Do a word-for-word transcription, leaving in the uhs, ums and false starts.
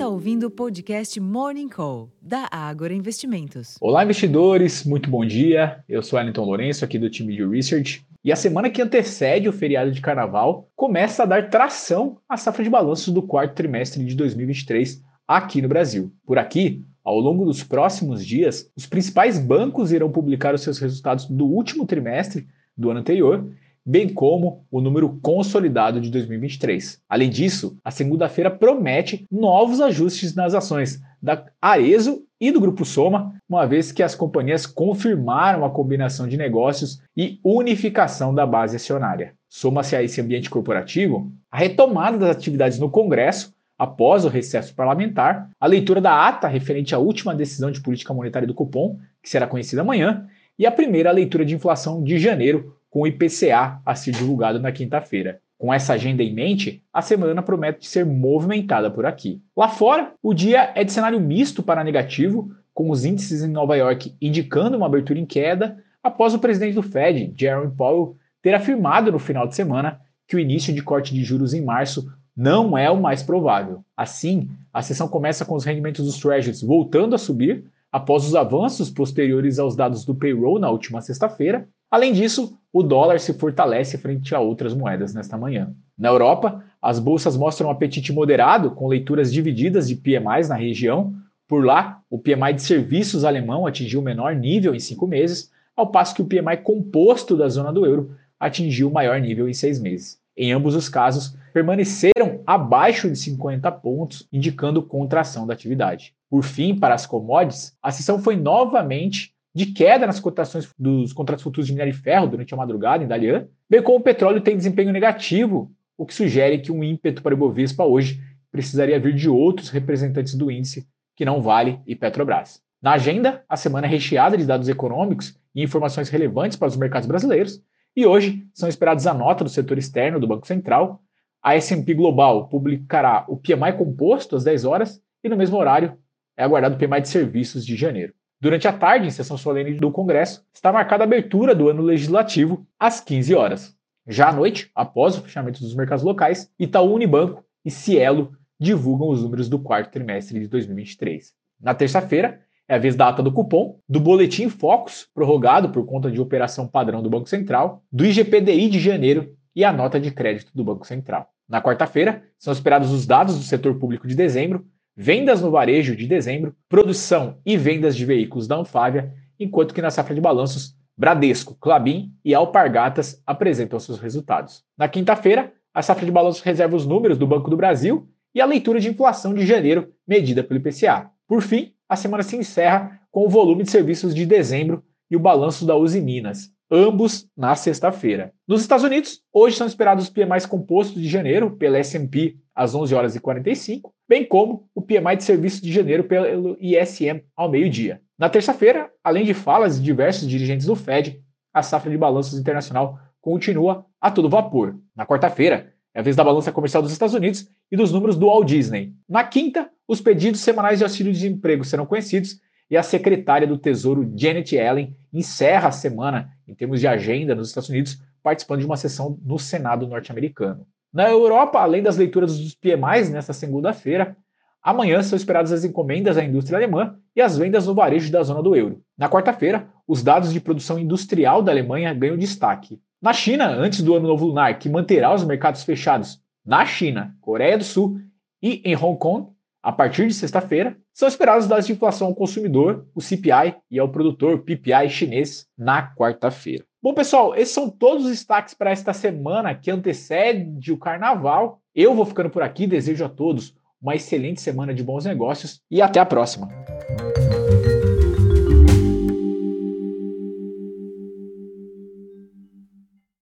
está ouvindo o podcast Morning Call, da Ágora Investimentos. Olá, investidores, muito bom dia. Eu sou Wellington Lourenço, aqui do time de Research. E a semana que antecede o feriado de carnaval começa a dar tração à safra de balanços do quarto trimestre de dois mil e vinte e três aqui no Brasil. Por aqui, ao longo dos próximos dias, os principais bancos irão publicar os seus resultados do último trimestre do ano anterior, bem como o número consolidado de dois mil e vinte e três. Além disso, a segunda-feira promete novos ajustes nas ações da Arezzo e do Grupo Soma, uma vez que as companhias confirmaram a combinação de negócios e unificação da base acionária. Soma-se a esse ambiente corporativo a retomada das atividades no Congresso após o recesso parlamentar, a leitura da ata referente à última decisão de política monetária do Copom, que será conhecida amanhã, e a primeira leitura de inflação de janeiro, com o I P C A a ser divulgado na quinta-feira. Com essa agenda em mente, a semana promete ser movimentada por aqui. Lá fora, o dia é de cenário misto para negativo, com os índices em Nova York indicando uma abertura em queda, após o presidente do Fed, Jerome Powell, ter afirmado no final de semana que o início de corte de juros em março não é o mais provável. Assim, a sessão começa com os rendimentos dos Treasuries voltando a subir, após os avanços posteriores aos dados do payroll na última sexta-feira. Além disso, o dólar se fortalece frente a outras moedas nesta manhã. Na Europa, as bolsas mostram um apetite moderado, com leituras divididas de P M Is na região. Por lá, o P M I de serviços alemão atingiu o menor nível em cinco meses, ao passo que o P M I composto da zona do euro atingiu o maior nível em seis meses. Em ambos os casos, permaneceram abaixo de cinquenta pontos, indicando contração da atividade. Por fim, para as commodities, a sessão foi novamente de queda nas cotações dos contratos futuros de minério de ferro durante a madrugada em Dalian, bem como o petróleo tem desempenho negativo, o que sugere que um ímpeto para o Ibovespa hoje precisaria vir de outros representantes do índice, que não Vale e Petrobras. Na agenda, a semana é recheada de dados econômicos e informações relevantes para os mercados brasileiros, e hoje são esperados a nota do setor externo do Banco Central. A S and P Global publicará o P M I composto às dez horas e no mesmo horário é aguardado o P M I de serviços de janeiro. Durante a tarde, em sessão solene do Congresso, está marcada a abertura do ano legislativo às quinze horas. Já à noite, após o fechamento dos mercados locais, Itaú Unibanco e Cielo divulgam os números do quarto trimestre de dois mil e vinte e três. Na terça-feira, é a vez da ata do cupom, do Boletim Focus, prorrogado por conta de operação padrão do Banco Central, do I G P D I de janeiro e a nota de crédito do Banco Central. Na quarta-feira, são esperados os dados do setor público de dezembro, vendas no varejo de dezembro, produção e vendas de veículos da Anfávia, enquanto que na safra de balanços, Bradesco, Klabin e Alpargatas apresentam seus resultados. Na quinta-feira, a safra de balanços reserva os números do Banco do Brasil e a leitura de inflação de janeiro, medida pelo I P C A. Por fim, a semana se encerra com o volume de serviços de dezembro e o balanço da Uzi Minas, ambos na sexta-feira. Nos Estados Unidos, hoje são esperados os P M Is compostos de janeiro pela S and P às onze horas e quarenta e cinco, bem como o P M I de serviços de janeiro pelo I S M ao meio-dia. Na terça-feira, além de falas de diversos dirigentes do Fed, a safra de balanços internacional continua a todo vapor. Na quarta-feira, é a vez da balança comercial dos Estados Unidos e dos números do Walt Disney. Na quinta, os pedidos semanais de auxílio de emprego serão conhecidos e a secretária do Tesouro, Janet Yellen, encerra a semana em termos de agenda nos Estados Unidos, participando de uma sessão no Senado norte-americano. Na Europa, além das leituras dos P M Is nesta segunda-feira, amanhã são esperadas as encomendas à indústria alemã e as vendas no varejo da zona do euro. Na quarta-feira, os dados de produção industrial da Alemanha ganham destaque. Na China, antes do Ano Novo Lunar, que manterá os mercados fechados na China, Coreia do Sul e em Hong Kong, a partir de sexta-feira, são esperados os dados de inflação ao consumidor, o C P I, e ao produtor, P P I chinês, na quarta-feira. Bom, pessoal, esses são todos os destaques para esta semana que antecede o Carnaval. Eu vou ficando por aqui, desejo a todos uma excelente semana de bons negócios e até a próxima.